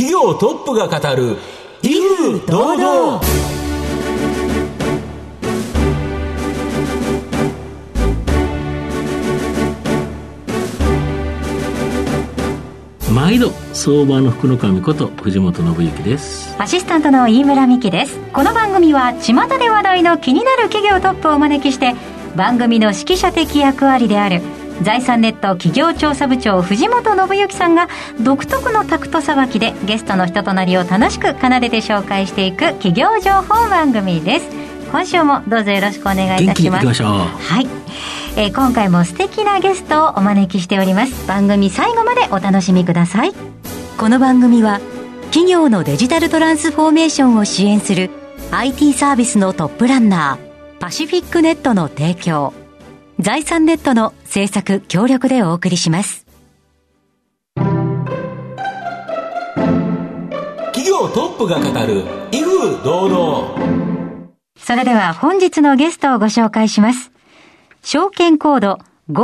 企業トップが語る威風堂々。 毎度相場の福の神こと藤本信之です。 アシスタントの飯村美希です。この番組は巷で話題の気になる企業トップをお招きして、番組の指揮者的役割である財産ネット企業調査部長藤本信之さんが独特のタクトさばきでゲストの人となりを楽しく奏でて紹介していく企業情報番組です。今週もどうぞよろしくお願いいたします。 元気にいきましょう。 はい、今回も素敵なゲストをお招きしております。番組最後までお楽しみください。この番組は企業のデジタルトランスフォーメーションを支援する IT サービスのトップランナーパシフィックネットの提供、財産ネットの制作協力でお送りします。 企業トップが語る威風堂々。 それでは本日のゲストをご紹介します。証券コード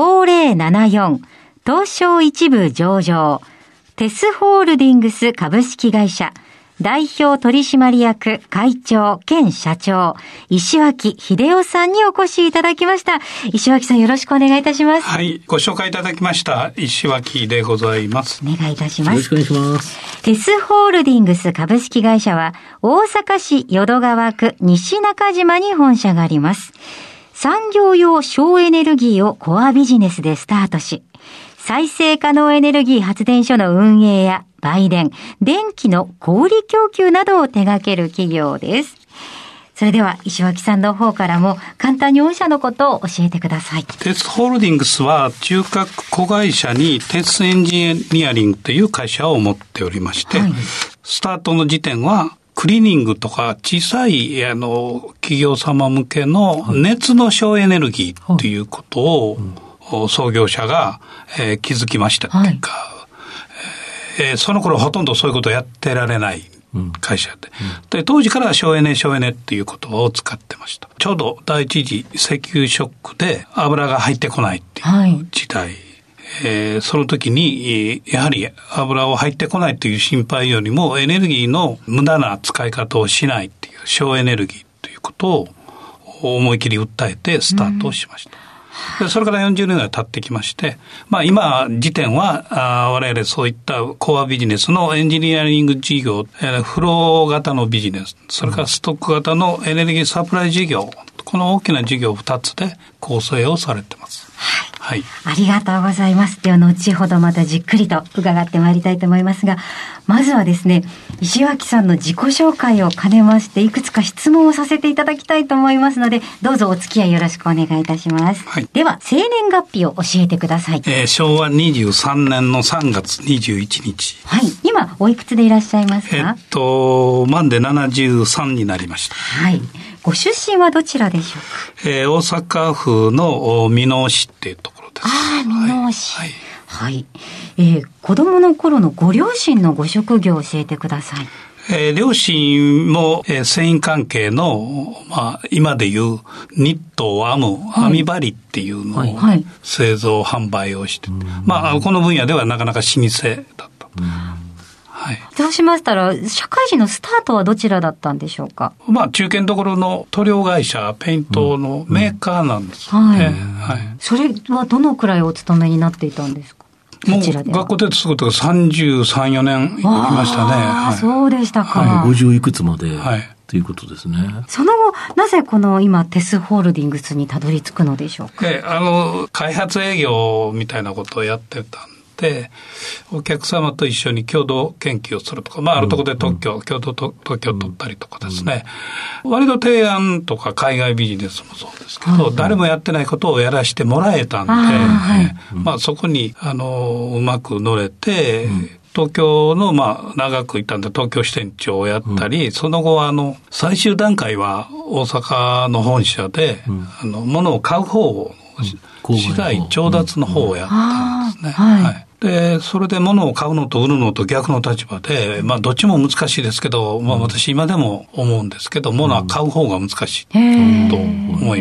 5074東証一部上場テスホールディングス株式会社代表取締役会長兼社長石脇秀夫さんにお越しいただきました。石脇さん、よろしくお願いいたします。 はい、ご紹介いただきました石脇でございます。 お願いいたします。 よろしくお願いします。 テスホールディングス株式会社は大阪市淀川区西中島に本社があります。産業用省エネルギーをコアビジネスでスタートし、再生可能エネルギー発電所の運営や売電、電気の小売供給などを手掛ける企業です。それでは石脇さんの方からも簡単に御社のことを教えてください。 テスホールディングスは中核子会社にテスエンジニアリングという会社を持っておりまして、はい、スタートの時点はクリーニングとか小さい企業様向けの熱の省エネルギーということを創業者が気づきましたっていうか、その頃ほとんどそういうことをやってられない会社で、当時から省エネっていう言葉を使ってました。ちょうど第一次石油ショックで油が入ってこないっていう時代、その時にやはり油を入ってこないという心配よりもエネルギーの無駄な使い方をしないっていう省エネルギーということを思い切り訴えてスタートをしました。でそれから40年ぐらい経ってきまして、今時点は我々そういったコアビジネスのエンジニアリング事業、フロー型のビジネス、それからストック型のエネルギーサプライ事業、この大きな事業2つで構成をされてます。はい。 ありがとうございます。では後ほどまたじっくりと伺ってまいりたいと思いますが、まずはですね、石脇さんの自己紹介を兼ねましていくつか質問をさせていただきたいと思いますので、どうぞお付き合いよろしくお願いいたします。はい、では生年月日を教えてください。 昭和23年の3月21日。 はい。今おいくつでいらっしゃいますか？ 満で73になりました。 はい。ご出身はどちらでしょうか？ 大阪府の箕面市っていうところです。 箕面市。はい。はい。子供の頃のご両親のご職業を教えてください。 両親も、繊維関係の、今でいうニットを編む編み針っていうのを製造販売をして、この分野ではなかなか老舗だった。はい、 そうしましたら社会人のスタートはどちらだったんでしょうか？ 中堅どころの塗料会社ペイントのメーカーなんですよね。 それはどのくらいお勤めになっていたんですか？ もう学校出てすぐとか33、4年いましたね。 そうでしたか。 50いくつまで、ということですね。 その後なぜこの今テスホールディングスにたどり着くのでしょうか？ 開発営業みたいなことをやってたんで、お客様と一緒に共同研究をするとか、あるところで共同特許を取ったりとかですね、割と提案とか海外ビジネスもそうですけど、誰もやってないことをやらせてもらえたんで、そこにうまく乗れて、東京の長くいたんで東京支店長をやったり、その後は最終段階は大阪の本社で、物を買う方を資材調達の方をやったんですね。で、それで物を買うのと売るのと逆の立場で、どっちも難しいですけど、私今でも思うんですけど、物は買う方が難しいと思います。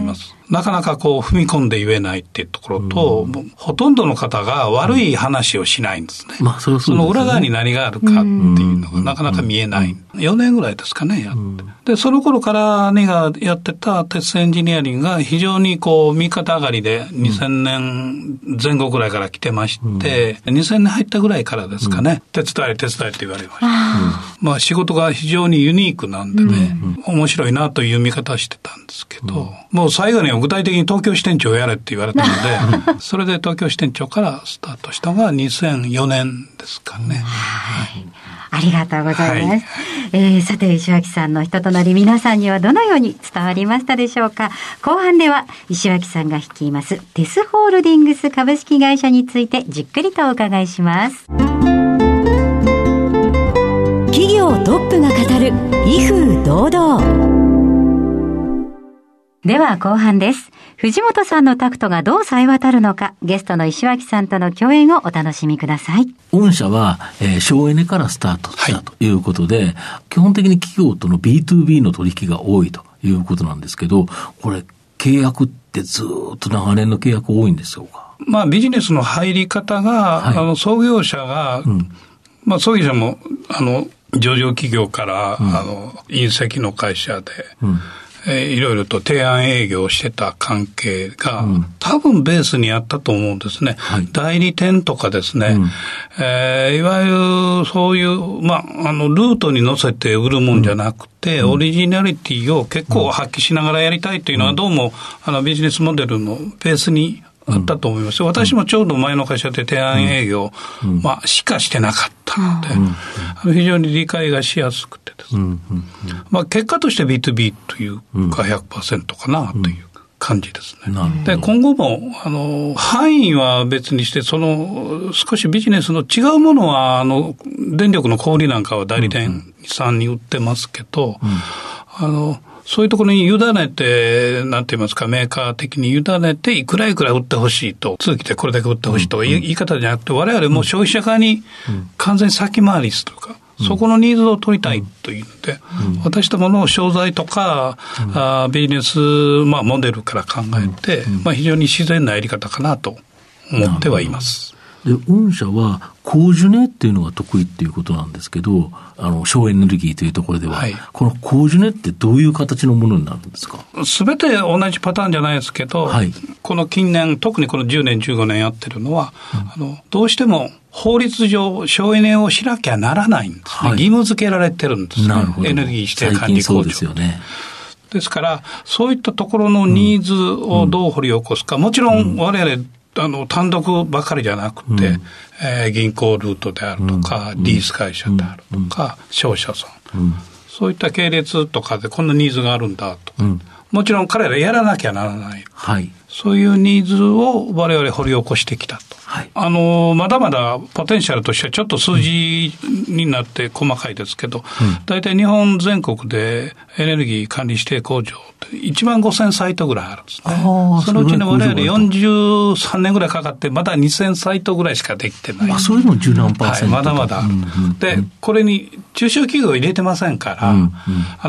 なかなかこう踏み込んで言えないっていうところと、ほとんどの方が悪い話をしないんですね。その裏側に何があるかっていうのがなかなか見えない。4年ぐらいですかね、やって。で、その頃から兄がやってた鉄エンジニアリングが非常にこう右肩上がりで2000年前後ぐらいから来てまして、2000年入ったぐらいからですかね、手伝いって言われました。まあ仕事が非常にユニークなんでね、面白いなという見方をしてたんですけど、もう最後には具体的に東京支店長をやれって言われたので、それで東京支店長からスタートしたのが2004年ですかね。 ありがとうございます。さて、石脇さんの人となり、皆さんにはどのように伝わりましたでしょうか。後半では石脇さんが率いますテスホールディングス株式会社についてじっくりとお伺いします。企業トップが語る威風堂々。では後半です。藤本さんのタクトがどう冴え渡るのか、ゲストの石脇さんとの共演をお楽しみください。 御社は、省エネからスタートしたということで、基本的に企業との B2B の取引が多いということなんですけど、これ契約ってずっと長年の契約多いんでしょうか。 まあビジネスの入り方が、創業者が、まあ創業者も上場企業から、隕石の会社で、いろいろと提案営業をしてた関係が、多分ベースにあったと思うんですね。代理店とかですね、いわゆるそういう、まあ、ルートに乗せて売るもんじゃなくて、オリジナリティを結構発揮しながらやりたいというのは、どうも、ビジネスモデルのベースにあったと思います。私もちょうど前の会社で提案営業、まあ、しかしてなかったので、非常に理解がしやすくてですね。まあ、結果として B2B というか 100% かなという感じですね。で、今後も、範囲は別にして、少しビジネスの違うものは、電力の小売なんかは代理店さんに売ってますけど、そういうところに委ねて、なんて言いますか、メーカー的に委ねて、いくらいくら売ってほしいと、通期でこれだけ売ってほしいという言い方じゃなくて、我々も消費者側に完全に先回りするとか、そこのニーズを取りたいというので、私どもの商材とか、ビジネス、まあ、モデルから考えて、まあ、非常に自然なやり方かなと思ってはいます。 で、御社はコジュネっていうのが得意っていうことなんですけど、省エネルギーというところでは、このコジュネってどういう形のものになるんですか。 すべて同じパターンじゃないですけど、この近年、特にこの10年、15年やってるのは、どうしても法律上、省エネをしなきゃならないんですね。義務付けられてるんですね。エネルギー指定管理工場。 ですよね。 ですから、そういったところのニーズをどう掘り起こすか、もちろん我々、単独ばかりじゃなくて、銀行ルートであるとか、リース会社であるとか、商社さん、そういった系列とかでこんなニーズがあるんだとか、もちろん彼らやらなきゃならない。そういうニーズを我々掘り起こしてきたと。まだまだポテンシャルとしてはちょっと数字になって細かいですけど、大体日本全国でエネルギー管理指定工場って15000サイトぐらいあるんですね。そのうちの我々43年ぐらいかかってまだ2000サイトぐらいしかできてない。 そういうの10何%、 まだまだある。で、これに中小企業を入れてませんから、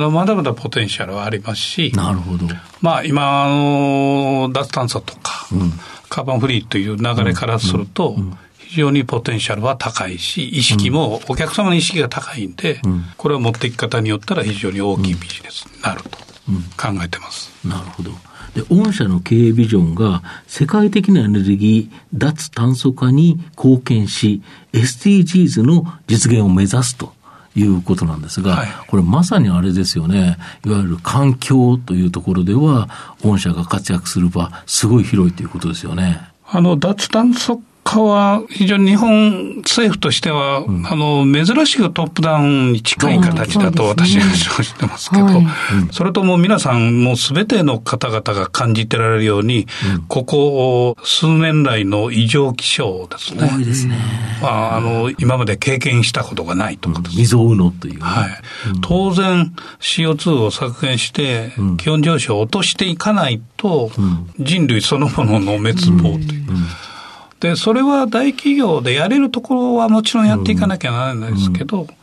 まだまだポテンシャルはありますし、 なるほど。 まあ今、脱炭素とか、カーボンフリーという流れからすると、非常にポテンシャルは高いし、意識も、お客様の意識が高いんで、これを持っていき方によったら非常に大きいビジネスになると考えてます。 なるほど。で、御社の経営ビジョンが世界的なエネルギー脱炭素化に貢献し、SDGs の実現を目指すということなんですが、これまさにあれですよね。いわゆる環境というところでは、御社が活躍する場、すごい広いということですよね。 脱炭素化は非常に日本政府としては、珍しくトップダウンに近い形だと私は承知してますけど、それとも皆さんもうすべての方々が感じてられるように、ここ数年来の異常気象ですね。 多いですね。 今まで経験したことがないとかですね。 未曾有のという、 当然 CO2 を削減して、気温上昇を落としていかないと、人類そのものの滅亡という。で、それは大企業でやれるところはもちろんやっていかなきゃならないですけど、やっ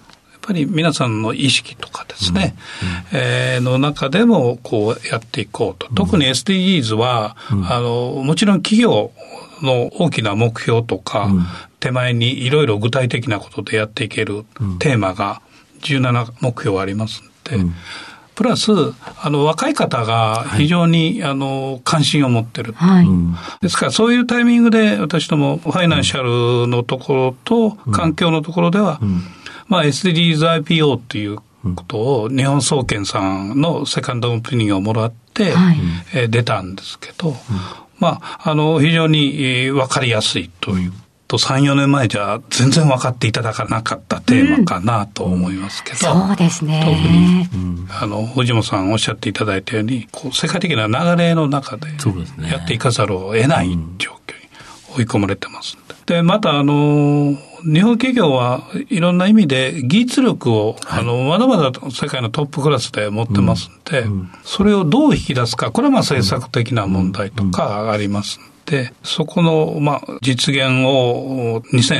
ぱり皆さんの意識とかですね、の中でもこうやっていこうと。特に SDGs は、もちろん企業の大きな目標とか、手前にいろいろ具体的なことでやっていけるテーマが17目標ありますので、プラス若い方が非常に、関心を持ってる、ですからそういうタイミングで私どもファイナンシャルのところと環境のところでは、SDGs IPO っていうことを日本総研さんのセカンドオピニオンをもらって、出たんですけど、非常に分かりやすいというと3、4年前じゃ全然分かっていただかなかったテーマかなと思いますけど、 そうですね。 特に藤本さんおっしゃっていただいたように世界的な流れの中でやっていかざるを得ない状況に追い込まれてますんで、また日本企業はいろんな意味で技術力を、まだまだ世界のトップクラスで持ってますんで、それをどう引き出すか、これは政策的な問題とかありますんで、そこの、実現を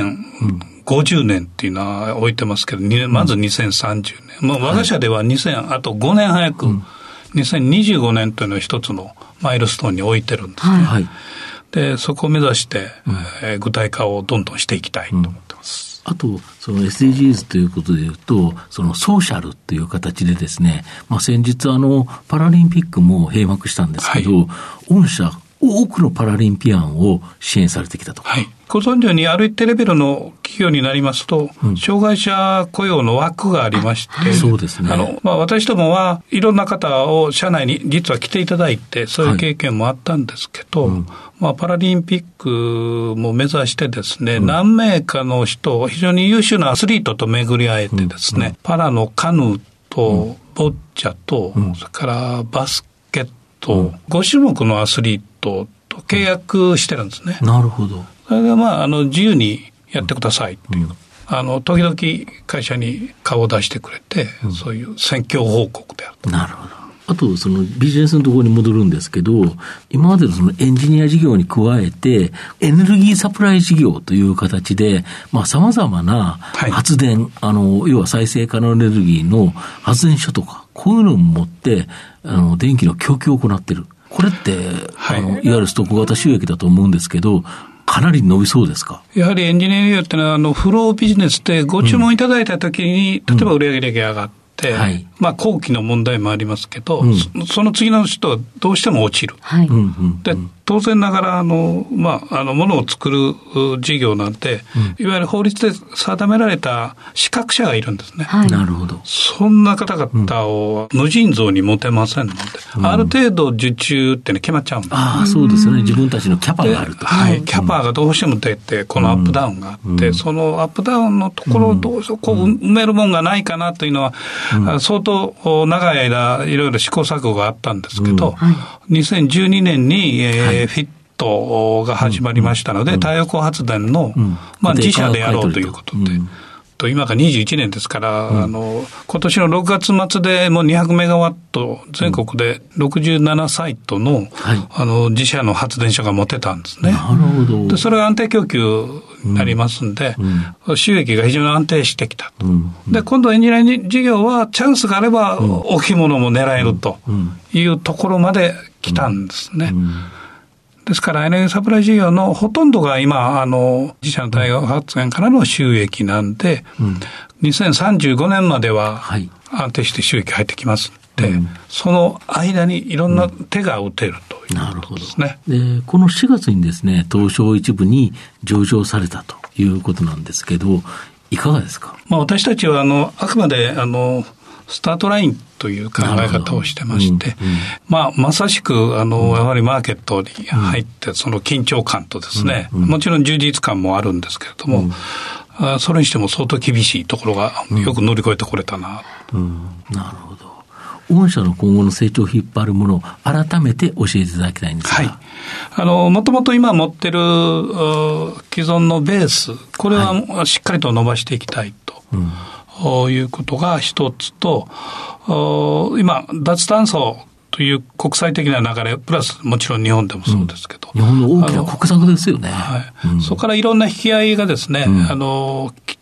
2050年っていうのは置いてますけど、まず2030年。我が社ではあと5年早く、2025年というのを一つのマイルストーンに置いてるんですね。で、そこを目指して、具体化をどんどんしていきたいと思ってます。 あと、その SDGs ということでいうと、そのソーシャルという形でですね、先日パラリンピックも閉幕したんですけど、御社、多くのパラリンピアンを支援されてきたと。 ご存知のようにある一定レベルの企業になりますと、障害者雇用の枠がありまして、 そうですね。 私どもはいろんな方を社内に実は来ていただいて、そういう経験もあったんですけど、パラリンピックも目指してですね、何名かの人、非常に優秀なアスリートと巡り会えてですね、パラのカヌーとボッチャと、それからバスケット、5種目のアスリートと契約してるんですね。 なるほど。 それで自由にやってくださいっていう。時々会社に顔を出してくれて、そういう選挙報告であると。 なるほど。あと、そのビジネスのところに戻るんですけど、今までのそのエンジニア事業に加えて、エネルギーサプライ事業という形で、様々な発電、要は再生可能エネルギーの発電所とか、こういうのを持って、電気の供給を行っている。これって、いわゆるストック型収益だと思うんですけど、かなり伸びそうですか？ やはりエンジニア事業っていうのは、フロービジネスでご注文いただいたときに、例えば売上だけ上がって、後期の問題もありますけど、その次の人はどうしても落ちる。で、当然ながら、ものを作る事業なんて、いわゆる法律で定められた資格者がいるんですね。 なるほど。 そんな方々を無尽蔵に持てませんので、ある程度受注って決まっちゃうんです。 そうですよね。自分たちのキャパがあると。 キャパがどうしても出て、このアップダウンがあって、そのアップダウンのところをどうしよう、埋めるもんがないかなというのは、相当長い間いろいろ試行錯誤があったんですけど、2012年に、フィットが始まりましたので、太陽光発電の、自社でやろうということで、今が21年ですから、今年の6月末でもう200メガワット、全国で67サイトの、自社の発電所が持てたんですね。 なるほど。 で、それが安定供給になりますんで、収益が非常に安定してきたと。で、今度エンジニア事業はチャンスがあれば、大きいものも狙えるというところまで来たんですね。ですから、エネルギーサプライ事業のほとんどが今、自社の太陽発電からの収益なんで、2035年までは安定して収益入ってきますので、その間にいろんな手が打てるということですね。 で、この4月にですね、東証一部に上場されたということなんですけど、いかがですか？ 私たちは、あくまで、スタートラインという考え方をしてまして、まさしく、やはりマーケットに入って、その緊張感とですね、もちろん充実感もあるんですけれども、それにしても相当厳しいところがよく乗り越えてこれたな。 なるほど。御社の今後の成長を引っ張るものを改めて教えていただきたいんですが。 もともと今持ってる既存のベース、これはしっかりと伸ばしていきたいと。いうことが一つと、今、脱炭素という国際的な流れ、プラスもちろん日本でもそうですけど。 日本の大きな国策ですよね。 そこからいろんな引き合いがですね、来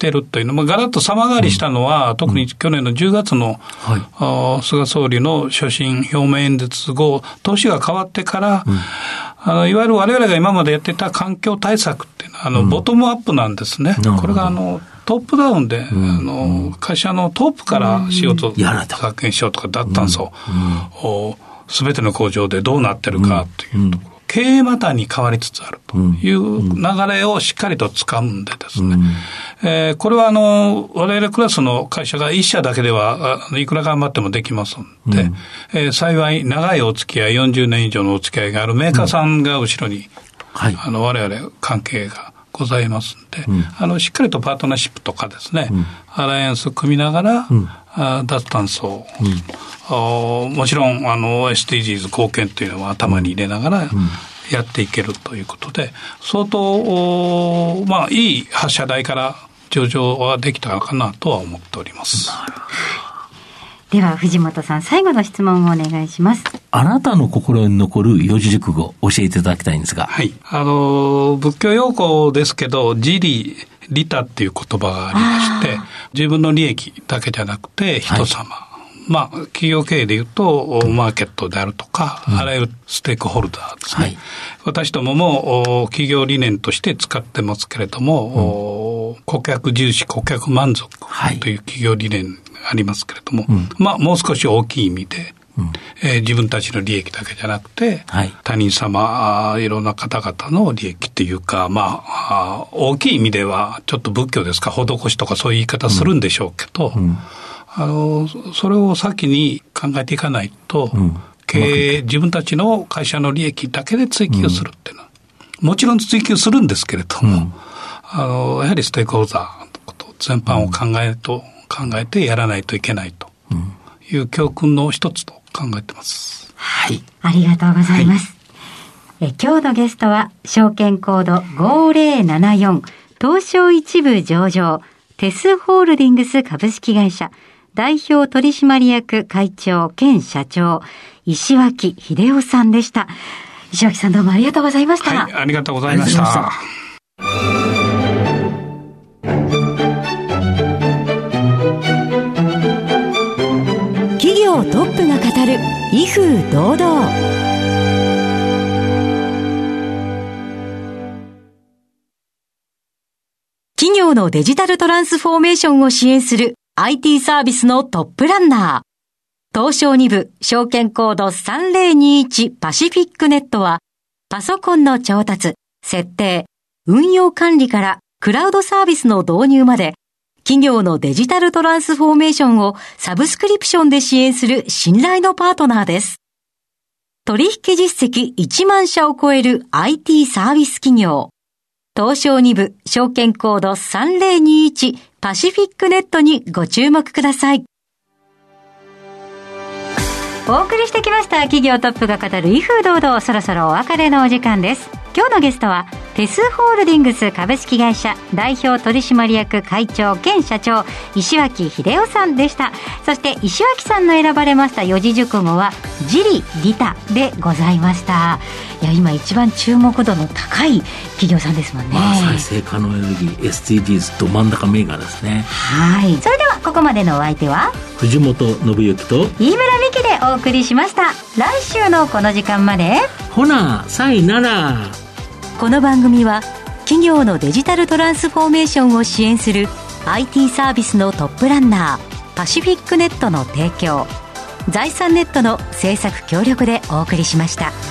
てるというのも、ガラッと様変わりしたのは、特に去年の10月の、菅総理の所信表明演説後、党首が変わってから、いわゆる我々が今までやってた環境対策っていうのは、ボトムアップなんですね。これがトップダウンで、会社のトップから CO2 削減しようとか、脱炭素をすべての工場でどうなってるかというところ、経営マターに変わりつつあるという流れをしっかりと掴んでですね、これは我々クラスの会社が一社だけではいくら頑張ってもできますので、幸い長いお付き合い、40年以上のお付き合いがあるメーカーさんが後ろに、我々関係がございますので、しっかりとパートナーシップとかですね、アライアンスを組みながら、脱炭素を、もちろんSDGs 貢献というのは頭に入れながらやっていけるということで、相当いい発射台から上場はできたのかなとは思っております。 では藤本さん、最後の質問をお願いします。 あなたの心に残る四字熟語教えていただきたいんですが。 はい。仏教用語ですけど、自利利他っていう言葉がありまして、自分の利益だけじゃなくて人様、企業経営でいうとマーケットであるとか、あらゆるステークホルダーですね。私どもも企業理念として使ってますけれども、顧客重視、顧客満足という企業理念ありますけれども、もう少し大きい意味で、自分たちの利益だけじゃなくて、他人様、いろんな方々の利益っていうか、大きい意味ではちょっと仏教ですか、施しとかそういう言い方するんでしょうけど、それを先に考えていかないと、経営、自分たちの会社の利益だけで追求するっていうのは、もちろん追求するんですけれども、やはりステークホルダーのこと全般を考えてやらないといけないという教訓の一つと考えてます。 はい。ありがとうございます。今日のゲストは、証券コード5074、東証一部上場、テスホールディングス株式会社、代表取締役会長兼社長、石脇秀夫さんでした。石脇さん、どうもありがとうございました。 はい、ありがとうございました。 企業トップが語る威風堂々。企業のデジタルトランスフォーメーションを支援する IT サービスのトップランナー。東証2部証券コード3021パシフィックネットは、パソコンの調達、設定、運用管理からクラウドサービスの導入まで、企業のデジタルトランスフォーメーションをサブスクリプションで支援する信頼のパートナーです。取引実績1万社を超える IT サービス企業。東証2部証券コード3021パシフィックネットにご注目ください。 お送りしてきました企業トップが語る威風堂々、そろそろお別れのお時間です。今日のゲストはテスホールディングス株式会社代表取締役会長兼社長、石脇秀夫さんでした。そして石脇さんの選ばれました四字熟語は自利利他でございました。いや、今一番注目度の高い企業さんですもんね。 再生可能エネルギー SDGs ど真ん中銘柄ですね。 はい。それではここまでのお相手は藤本信之と飯村美希でお送りしました。来週のこの時間までほなさいなら。 この番組は企業のデジタルトランスフォーメーションを支援する IT サービスのトップランナーパシフィックネットの提供、財産ネットの制作協力でお送りしました。